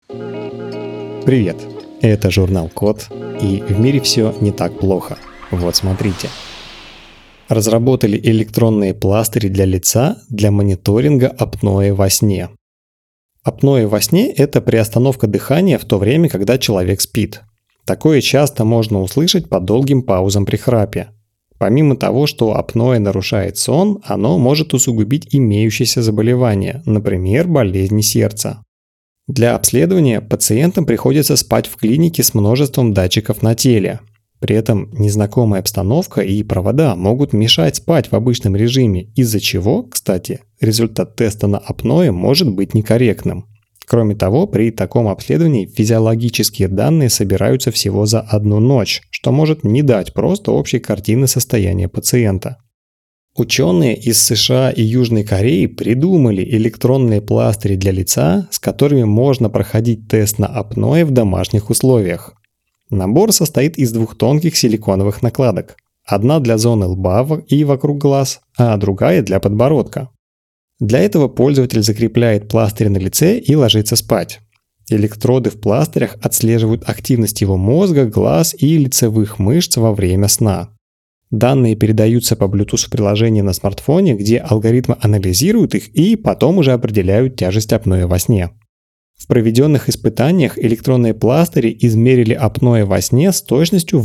Привет, это журнал Код, и в мире все не так плохо. Вот смотрите. Разработали электронные пластыри для лица для мониторинга апноэ во сне. Апноэ во сне – это приостановка дыхания в то время, когда человек спит. Такое часто можно услышать по долгим паузам при храпе. Помимо того, что апноэ нарушает сон, оно может усугубить имеющиеся заболевания, например, болезни сердца. Для обследования пациентам приходится спать в клинике с множеством датчиков на теле. При этом незнакомая обстановка и провода могут мешать спать в обычном режиме, из-за чего, кстати, результат теста на апноэ может быть некорректным. Кроме того, при таком обследовании физиологические данные собираются всего за одну ночь, что может не дать просто общей картины состояния пациента. Ученые из США и Южной Кореи придумали электронные пластыри для лица, с которыми можно проходить тест на апноэ в домашних условиях. Набор состоит из двух тонких силиконовых накладок. Одна для зоны лба и вокруг глаз, а другая для подбородка. Для этого пользователь закрепляет пластырь на лице и ложится спать. Электроды в пластырях отслеживают активность его мозга, глаз и лицевых мышц во время сна. Данные передаются по Bluetooth в приложении на смартфоне, где алгоритмы анализируют их и потом уже определяют тяжесть апноэ во сне. В проведенных испытаниях электронные пластыри измерили апноэ во сне с точностью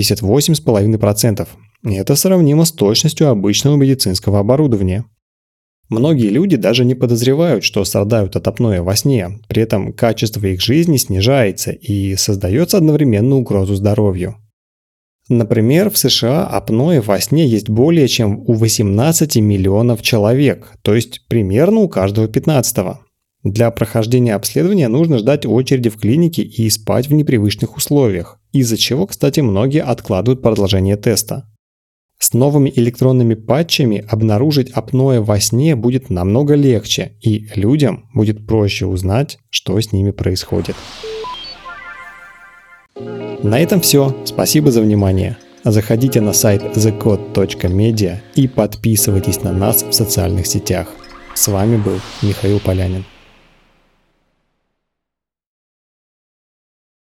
88,5%. Это сравнимо с точностью обычного медицинского оборудования. Многие люди даже не подозревают, что страдают от апноэ во сне, при этом качество их жизни снижается и создается одновременно угрозу здоровью. Например, в США апноэ во сне есть более чем у 18 миллионов человек, то есть примерно у каждого 15-го. Для прохождения обследования нужно ждать очереди в клинике и спать в непривычных условиях, из-за чего, кстати, многие откладывают продолжение теста. С новыми электронными патчами обнаружить апноэ во сне будет намного легче, и людям будет проще узнать, что с ними происходит. На этом все. Спасибо за внимание. Заходите на сайт thecode.media и подписывайтесь на нас в социальных сетях. С вами был Михаил Полянин.